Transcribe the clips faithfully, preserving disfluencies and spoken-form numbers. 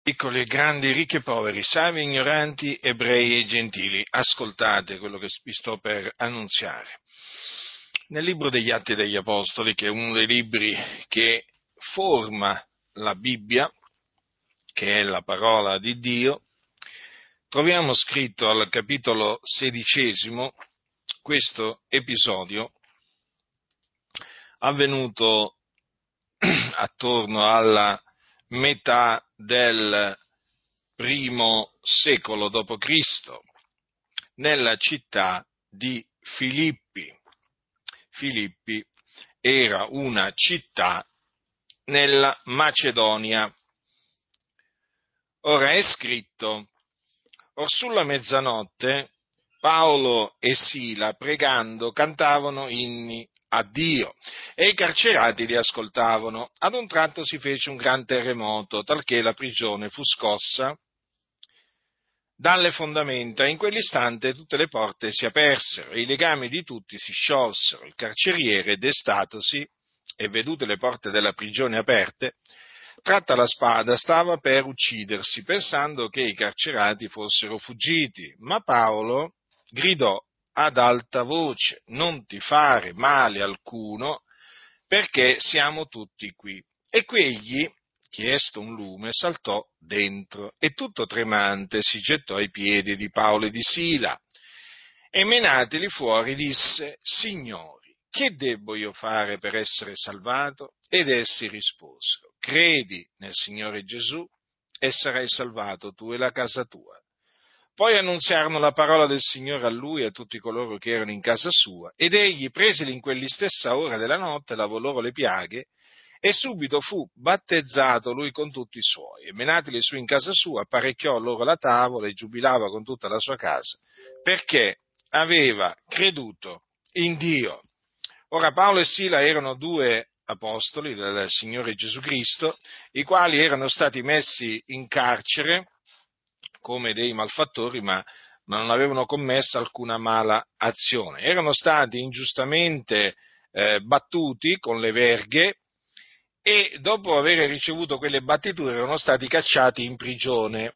Piccoli e grandi, ricchi e poveri, savi e ignoranti, ebrei e gentili, ascoltate quello che vi sto per annunziare. Nel libro degli Atti degli Apostoli, che è uno dei libri che forma la Bibbia, che è la parola di Dio, troviamo scritto al capitolo sedicesimo questo episodio avvenuto attorno alla metà del primo secolo dopo Cristo, nella città di Filippi. Filippi era una città nella Macedonia. Ora è scritto: or sulla mezzanotte Paolo e Sila, pregando, cantavano inni a Dio, e i carcerati li ascoltavano. Ad un tratto si fece un gran terremoto, talché la prigione fu scossa dalle fondamenta, e in quell'istante tutte le porte si apersero e i legami di tutti si sciolsero. Il carceriere, destatosi e vedute le porte della prigione aperte, tratta la spada, stava per uccidersi, pensando che i carcerati fossero fuggiti, ma Paolo gridò ad alta voce: non ti fare male alcuno, perché siamo tutti qui. E quegli, chiesto un lume, saltò dentro e tutto tremante si gettò ai piedi di Paolo e di Sila e menateli fuori disse: Signori, che debbo io fare per essere salvato? Ed essi risposero: credi nel Signore Gesù e sarai salvato tu e la casa tua. Poi annunziarono la parola del Signore a lui e a tutti coloro che erano in casa sua, ed egli, presili in quell'istessa ora della notte, lavò loro le piaghe, e subito fu battezzato lui con tutti i suoi, e menateli su in casa sua, apparecchiò loro la tavola e giubilava con tutta la sua casa, perché aveva creduto in Dio. Ora Paolo e Sila erano due apostoli del Signore Gesù Cristo, i quali erano stati messi in carcere come dei malfattori, ma, ma non avevano commesso alcuna mala azione. Erano stati ingiustamente eh, battuti con le verghe, e dopo aver ricevuto quelle battiture erano stati cacciati in prigione,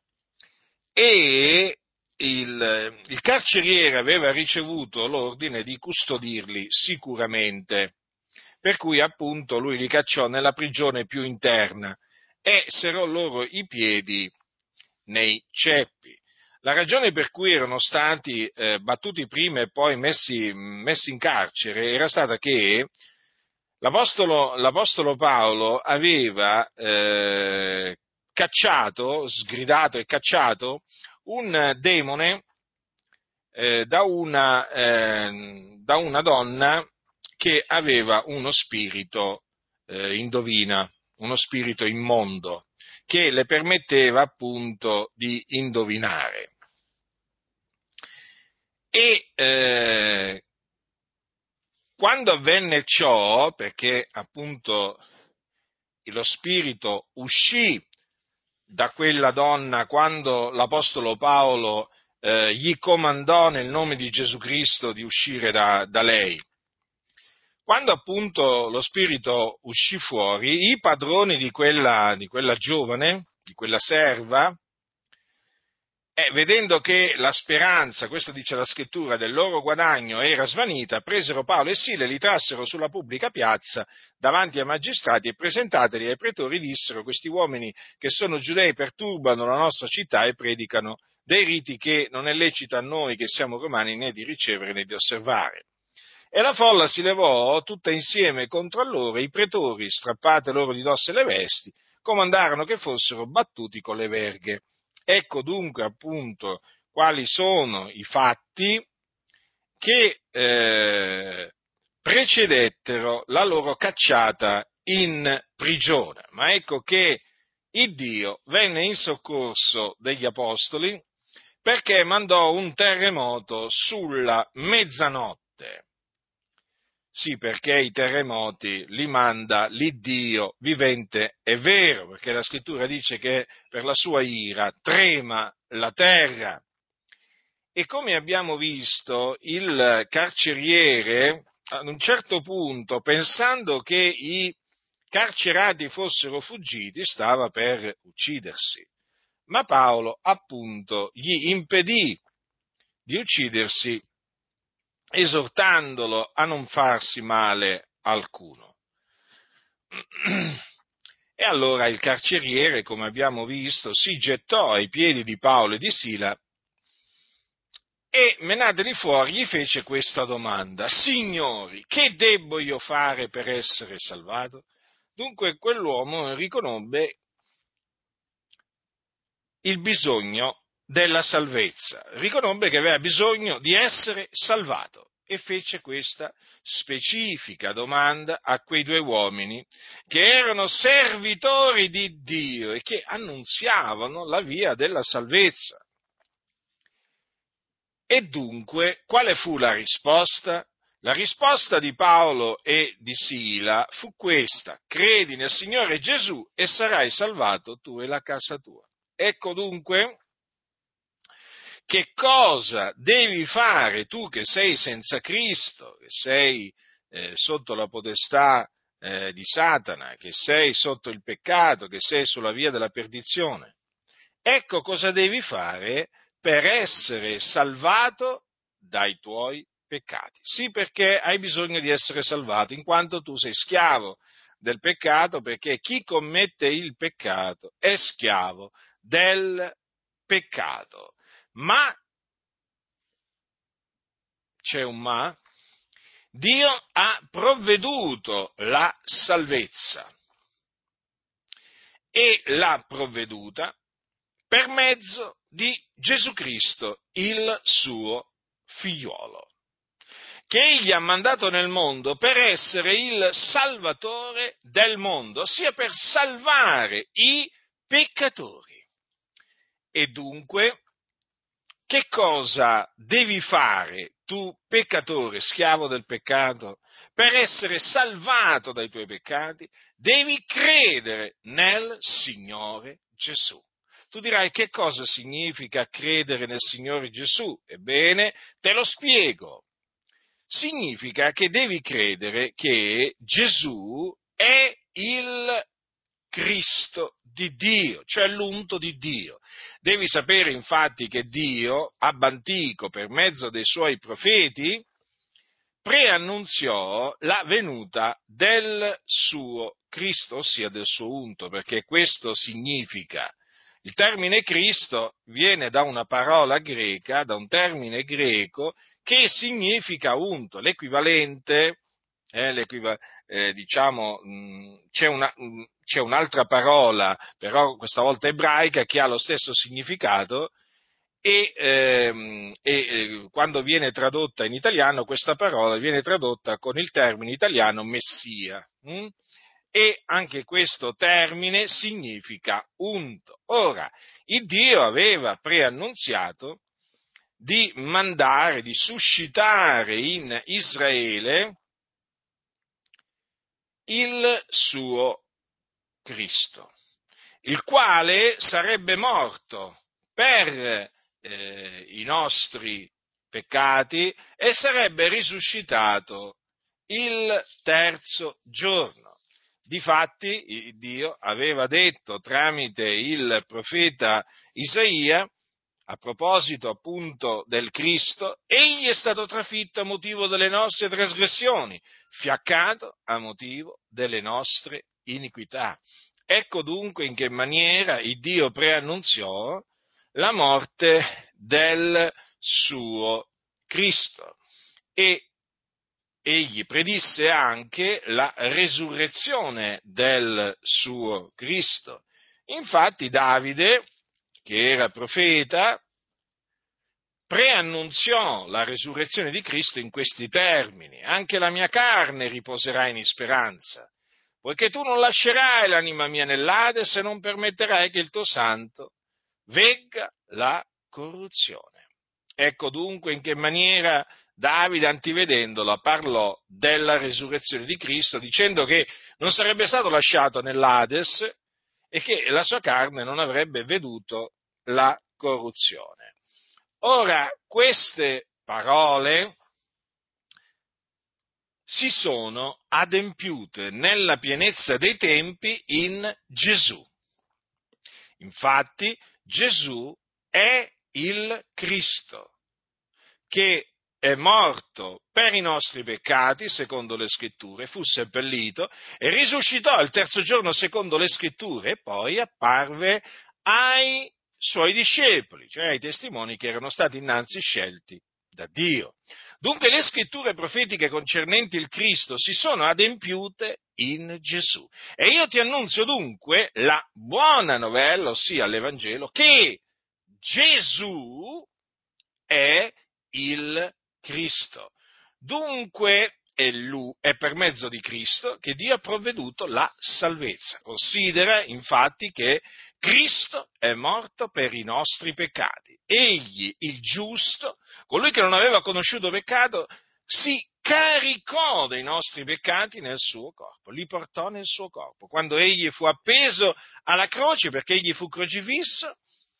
e il, il carceriere aveva ricevuto l'ordine di custodirli sicuramente, per cui appunto lui li cacciò nella prigione più interna e serrò loro i piedi nei ceppi. La ragione per cui erano stati eh, battuti prima e poi messi, messi in carcere era stata che L'Apostolo, l'Apostolo Paolo aveva eh, cacciato, sgridato e cacciato un demone eh, da, una, eh, da una donna che aveva uno spirito, eh, indovina, uno spirito immondo, che le permetteva appunto di indovinare. E eh, Quando avvenne ciò, perché appunto lo spirito uscì da quella donna quando l'Apostolo Paolo eh, gli comandò nel nome di Gesù Cristo di uscire da, da lei, quando appunto lo spirito uscì fuori, i padroni di quella, di quella giovane, di quella serva, E vedendo che la speranza, questo dice la scrittura, del loro guadagno era svanita, presero Paolo e Sila e li trassero sulla pubblica piazza davanti ai magistrati e presentateli ai pretori dissero: questi uomini che sono giudei perturbano la nostra città e predicano dei riti che non è lecito a noi che siamo romani né di ricevere né di osservare. E la folla si levò tutta insieme contro loro e i pretori, strappate loro di dosso le vesti, comandarono che fossero battuti con le verghe. Ecco dunque appunto quali sono i fatti che eh, precedettero la loro cacciata in prigione. Ma ecco che il Dio venne in soccorso degli apostoli perché mandò un terremoto sulla mezzanotte. Sì, perché i terremoti li manda l'Iddio vivente e vero, perché la scrittura dice che per la sua ira trema la terra. E come abbiamo visto, il carceriere, ad un certo punto, pensando che i carcerati fossero fuggiti, stava per uccidersi. ma Paolo appunto gli impedì di uccidersi, esortandolo a non farsi male alcuno. E allora il carceriere, come abbiamo visto, si gettò ai piedi di Paolo e di Sila e, menateli fuori, gli fece questa domanda: Signori, che debbo io fare per essere salvato? Dunque quell'uomo riconobbe il bisogno della salvezza, riconobbe che aveva bisogno di essere salvato e fece questa specifica domanda a quei due uomini che erano servitori di Dio e che annunziavano la via della salvezza. E dunque, quale fu la risposta? La risposta di Paolo e di Sila fu questa: credi nel Signore Gesù e sarai salvato tu e la casa tua. Ecco dunque che cosa devi fare tu che sei senza Cristo, che sei eh, sotto la potestà eh, di Satana, che sei sotto il peccato, che sei sulla via della perdizione. Ecco cosa devi fare per essere salvato dai tuoi peccati. Sì, perché hai bisogno di essere salvato, in quanto tu sei schiavo del peccato, perché chi commette il peccato è schiavo del peccato. Ma, c'è un ma, Dio ha provveduto la salvezza e l'ha provveduta per mezzo di Gesù Cristo, il suo figliuolo, che egli ha mandato nel mondo per essere il salvatore del mondo, ossia per salvare i peccatori. E dunque, che cosa devi fare tu, peccatore, schiavo del peccato, per essere salvato dai tuoi peccati? Devi credere nel Signore Gesù. Tu dirai: che cosa significa credere nel Signore Gesù? Ebbene, te lo spiego. Significa che devi credere che Gesù è il Cristo di Dio, cioè l'unto di Dio. Devi sapere infatti che Dio, ab antico, per mezzo dei suoi profeti, preannunziò la venuta del suo Cristo, ossia del suo unto, perché questo significa. Il termine Cristo viene da una parola greca, da un termine greco, che significa unto, l'equivalente, eh, l'equiva- eh, diciamo, mh, c'è, una, mh, c'è un'altra parola, però questa volta ebraica, che ha lo stesso significato, e, ehm, e eh, quando viene tradotta in italiano questa parola viene tradotta con il termine italiano Messia. Mh? E anche questo termine significa unto. Ora, il Dio aveva preannunziato di mandare, di suscitare in Israele il suo Cristo, il quale sarebbe morto per eh, i nostri peccati e sarebbe risuscitato il terzo giorno. Difatti, Dio aveva detto tramite il profeta Isaia, a proposito appunto del Cristo: egli è stato trafitto a motivo delle nostre trasgressioni, fiaccato a motivo delle nostre iniquità. Ecco dunque in che maniera il Dio preannunziò la morte del suo Cristo e egli predisse anche la resurrezione del suo Cristo. Infatti Davide, che era profeta, preannunziò la resurrezione di Cristo in questi termini: anche la mia carne riposerà in speranza, poiché tu non lascerai l'anima mia nell'Ades e non permetterai che il tuo santo vegga la corruzione. Ecco dunque in che maniera Davide, antivedendolo, parlò della resurrezione di Cristo, dicendo che non sarebbe stato lasciato nell'Ades e che la sua carne non avrebbe veduto la corruzione. Ora, queste parole si sono adempiute nella pienezza dei tempi in Gesù. Infatti Gesù è il Cristo, che è morto per i nostri peccati, secondo le Scritture, fu seppellito e risuscitò il terzo giorno, secondo le Scritture, e poi apparve ai suoi discepoli, cioè ai testimoni che erano stati innanzi scelti da Dio. Dunque le Scritture profetiche concernenti il Cristo si sono adempiute in Gesù. E io ti annunzio dunque la buona novella, ossia l'Evangelo, che Gesù è il Cristo. Dunque è, lui, è per mezzo di Cristo che Dio ha provveduto la salvezza. Considera infatti che Cristo è morto per i nostri peccati. Egli, il giusto, colui che non aveva conosciuto peccato, si caricò dei nostri peccati nel suo corpo, li portò nel suo corpo. Quando egli fu appeso alla croce, perché egli fu crocifisso,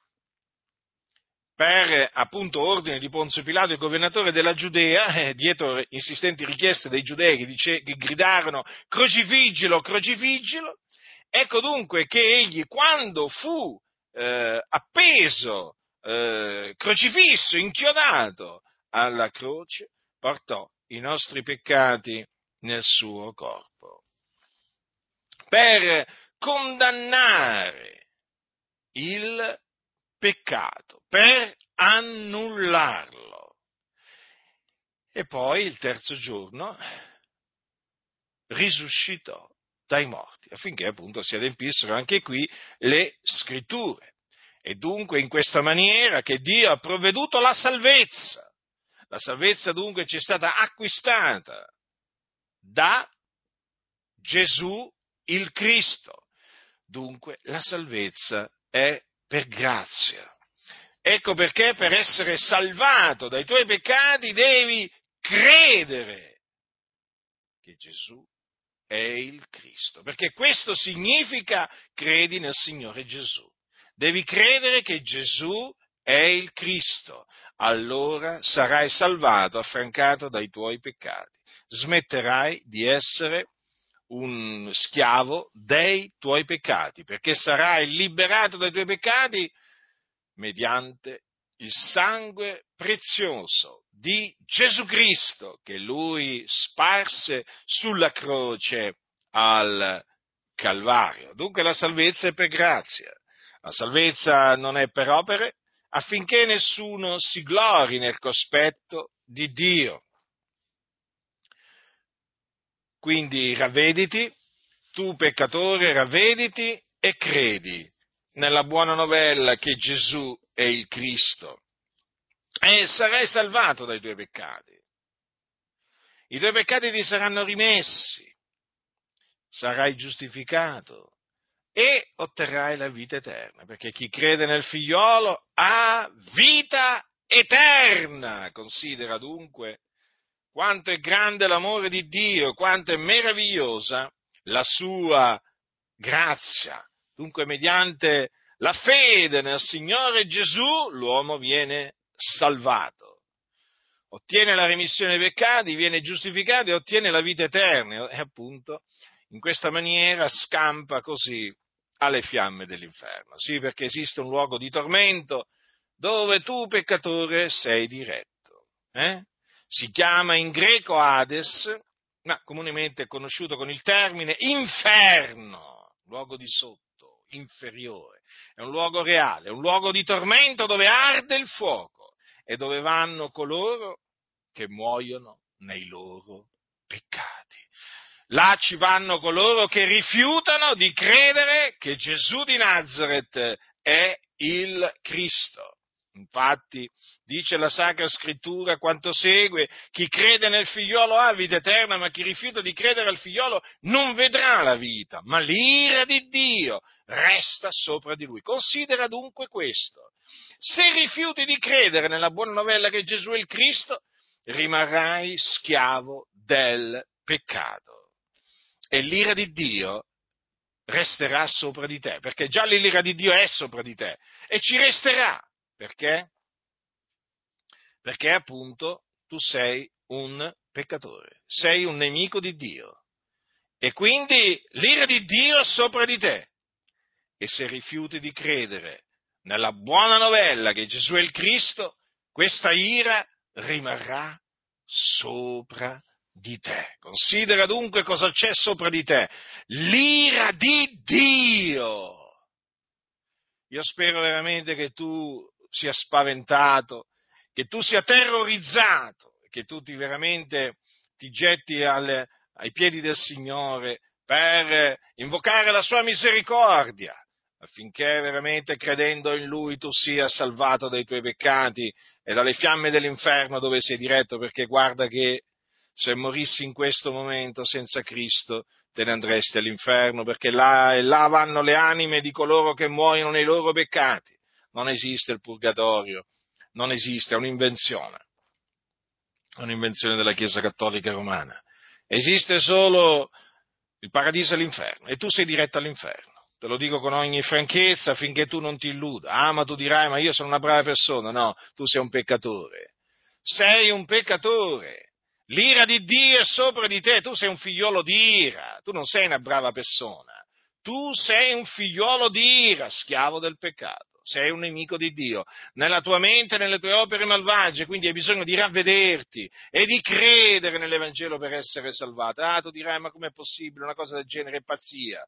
per appunto ordine di Ponzio Pilato, il governatore della Giudea, eh, dietro insistenti richieste dei giudei che, dice, che gridarono crocifiggilo, crocifiggilo, ecco dunque che egli quando fu eh, appeso, eh, crocifisso, inchiodato alla croce, portò i nostri peccati nel suo corpo, per condannare il peccato, per annullarlo. E poi il terzo giorno risuscitò dai morti, affinché appunto si adempissero anche qui le Scritture. E dunque in questa maniera che Dio ha provveduto la salvezza. La salvezza dunque ci è stata acquistata da Gesù il Cristo. Dunque la salvezza è per grazia. Ecco perché per essere salvato dai tuoi peccati devi credere che Gesù è il Cristo, perché questo significa credi nel Signore Gesù. Devi credere che Gesù è il Cristo, allora sarai salvato, affrancato dai tuoi peccati. Smetterai di essere un schiavo dei tuoi peccati, perché sarai liberato dai tuoi peccati mediante il sangue prezioso di Gesù Cristo che Lui sparse sulla croce al Calvario. Dunque la salvezza è per grazia, la salvezza non è per opere, affinché nessuno si glori nel cospetto di Dio. Quindi ravvediti, tu peccatore, ravvediti e credi nella buona novella che Gesù è il Cristo e sarai salvato dai tuoi peccati. I tuoi peccati ti saranno rimessi, sarai giustificato e otterrai la vita eterna, perché chi crede nel figliolo ha vita eterna. Considera dunque quanto è grande l'amore di Dio, quanto è meravigliosa la sua grazia. Dunque, mediante la fede nel Signore Gesù, l'uomo viene salvato, ottiene la remissione dei peccati, viene giustificato e ottiene la vita eterna. E appunto, in questa maniera scampa così alle fiamme dell'inferno. Sì, perché esiste un luogo di tormento dove tu, peccatore, sei diretto. Eh? Si chiama in greco Hades, ma comunemente è conosciuto con il termine inferno, luogo di sotto, inferiore. È un luogo reale, è un luogo di tormento dove arde il fuoco e dove vanno coloro che muoiono nei loro peccati. Là ci vanno coloro che rifiutano di credere che Gesù di Nazaret è il Cristo. Infatti, dice la Sacra Scrittura quanto segue: chi crede nel figliolo ha vita eterna, ma chi rifiuta di credere al figliolo non vedrà la vita, ma l'ira di Dio resta sopra di lui. Considera dunque questo: se rifiuti di credere nella buona novella che Gesù è il Cristo, rimarrai schiavo del peccato e l'ira di Dio resterà sopra di te, perché già l'ira di Dio è sopra di te e ci resterà. Perché? Perché appunto tu sei un peccatore, sei un nemico di Dio e quindi l'ira di Dio è sopra di te e se rifiuti di credere nella buona novella che Gesù è il Cristo, questa ira rimarrà sopra di te. Considera dunque cosa c'è sopra di te: l'ira di Dio. Io spero veramente che tu sia spaventato, che tu sia terrorizzato, che tu ti veramente ti getti alle, ai piedi del Signore per invocare la sua misericordia, affinché veramente credendo in Lui tu sia salvato dai tuoi peccati e dalle fiamme dell'inferno dove sei diretto, perché guarda che se morissi in questo momento senza Cristo te ne andresti all'inferno, perché là, là vanno le anime di coloro che muoiono nei loro peccati. Non esiste il purgatorio, non esiste, è un'invenzione, è un'invenzione della Chiesa Cattolica Romana. Esiste solo il paradiso e l'inferno, e tu sei diretto all'inferno. Te lo dico con ogni franchezza affinché tu non ti illuda. Ah, ma tu dirai, ma io sono una brava persona. No, tu sei un peccatore. Sei un peccatore. L'ira di Dio è sopra di te, tu sei un figliolo di ira, tu non sei una brava persona, tu sei un figliolo di ira, schiavo del peccato, sei un nemico di Dio, nella tua mente e nelle tue opere malvagie, quindi hai bisogno di ravvederti e di credere nell'Evangelo per essere salvato. Ah, tu dirai, ma com'è possibile, una cosa del genere è pazzia.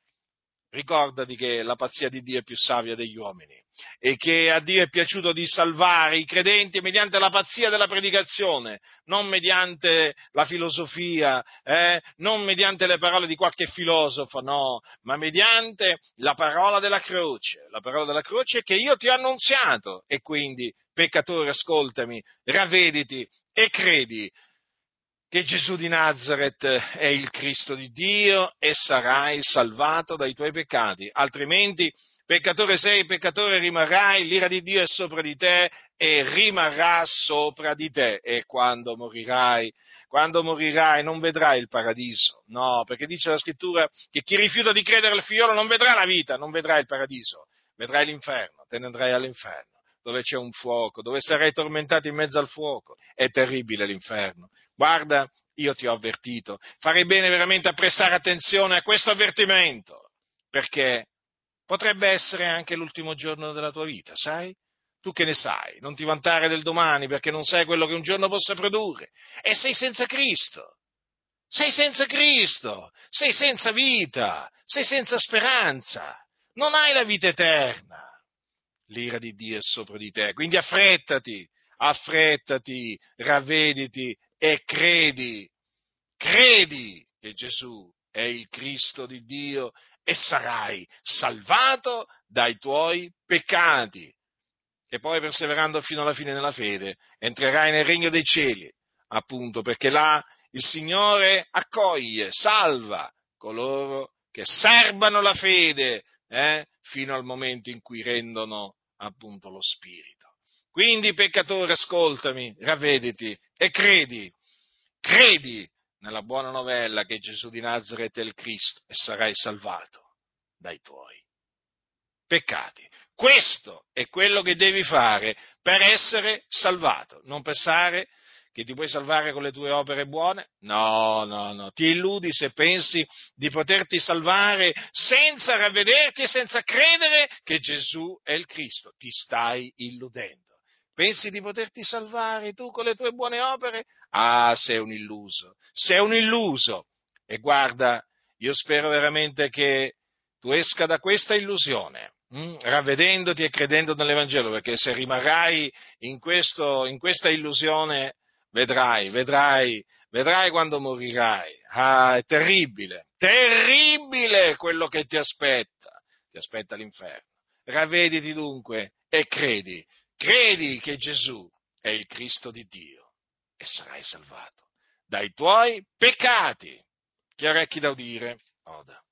Ricordati che la pazzia di Dio è più savia degli uomini e che a Dio è piaciuto di salvare i credenti mediante la pazzia della predicazione, non mediante la filosofia, eh, non mediante le parole di qualche filosofo, no, ma mediante la parola della croce, la parola della croce che io ti ho annunziato. E quindi, peccatore, ascoltami, ravvediti e credi che Gesù di Nazaret è il Cristo di Dio e sarai salvato dai tuoi peccati, altrimenti peccatore sei, peccatore rimarrai, l'ira di Dio è sopra di te e rimarrà sopra di te, e quando morirai, quando morirai non vedrai il paradiso, no, perché dice la scrittura che chi rifiuta di credere al figliolo non vedrà la vita, non vedrà il paradiso, vedrai l'inferno, te ne andrai all'inferno, dove c'è un fuoco, dove sarai tormentato in mezzo al fuoco, è terribile l'inferno. Guarda, io ti ho avvertito, farei bene veramente a prestare attenzione a questo avvertimento, perché potrebbe essere anche l'ultimo giorno della tua vita, sai? Tu che ne sai? Non ti vantare del domani, perché non sai quello che un giorno possa produrre. E sei senza Cristo, sei senza Cristo, sei senza vita, sei senza speranza, non hai la vita eterna. L'ira di Dio è sopra di te, quindi affrettati, affrettati, ravvediti e credi, credi che Gesù è il Cristo di Dio e sarai salvato dai tuoi peccati. E poi, perseverando fino alla fine nella fede, entrerai nel regno dei cieli, appunto, perché là il Signore accoglie, salva coloro che serbano la fede, eh, fino al momento in cui rendono appunto lo spirito. Quindi, peccatore, ascoltami, ravvediti e credi, credi nella buona novella che Gesù di Nazaret è il Cristo e sarai salvato dai tuoi peccati. Questo è quello che devi fare per essere salvato. Non pensare che ti puoi salvare con le tue opere buone? No, no, no. Ti illudi se pensi di poterti salvare senza ravvederti e senza credere che Gesù è il Cristo. Ti stai illudendo. Pensi di poterti salvare tu con le tue buone opere? Ah, sei un illuso. Sei un illuso. E guarda, io spero veramente che tu esca da questa illusione, mh, ravvedendoti e credendo nell'Evangelo, perché se rimarrai in, questo, in questa illusione, vedrai, vedrai, vedrai quando morirai. Ah, è terribile, terribile quello che ti aspetta, ti aspetta l'inferno. Ravvediti dunque e credi, credi che Gesù è il Cristo di Dio e sarai salvato dai tuoi peccati. Chi ha orecchi da udire, oda.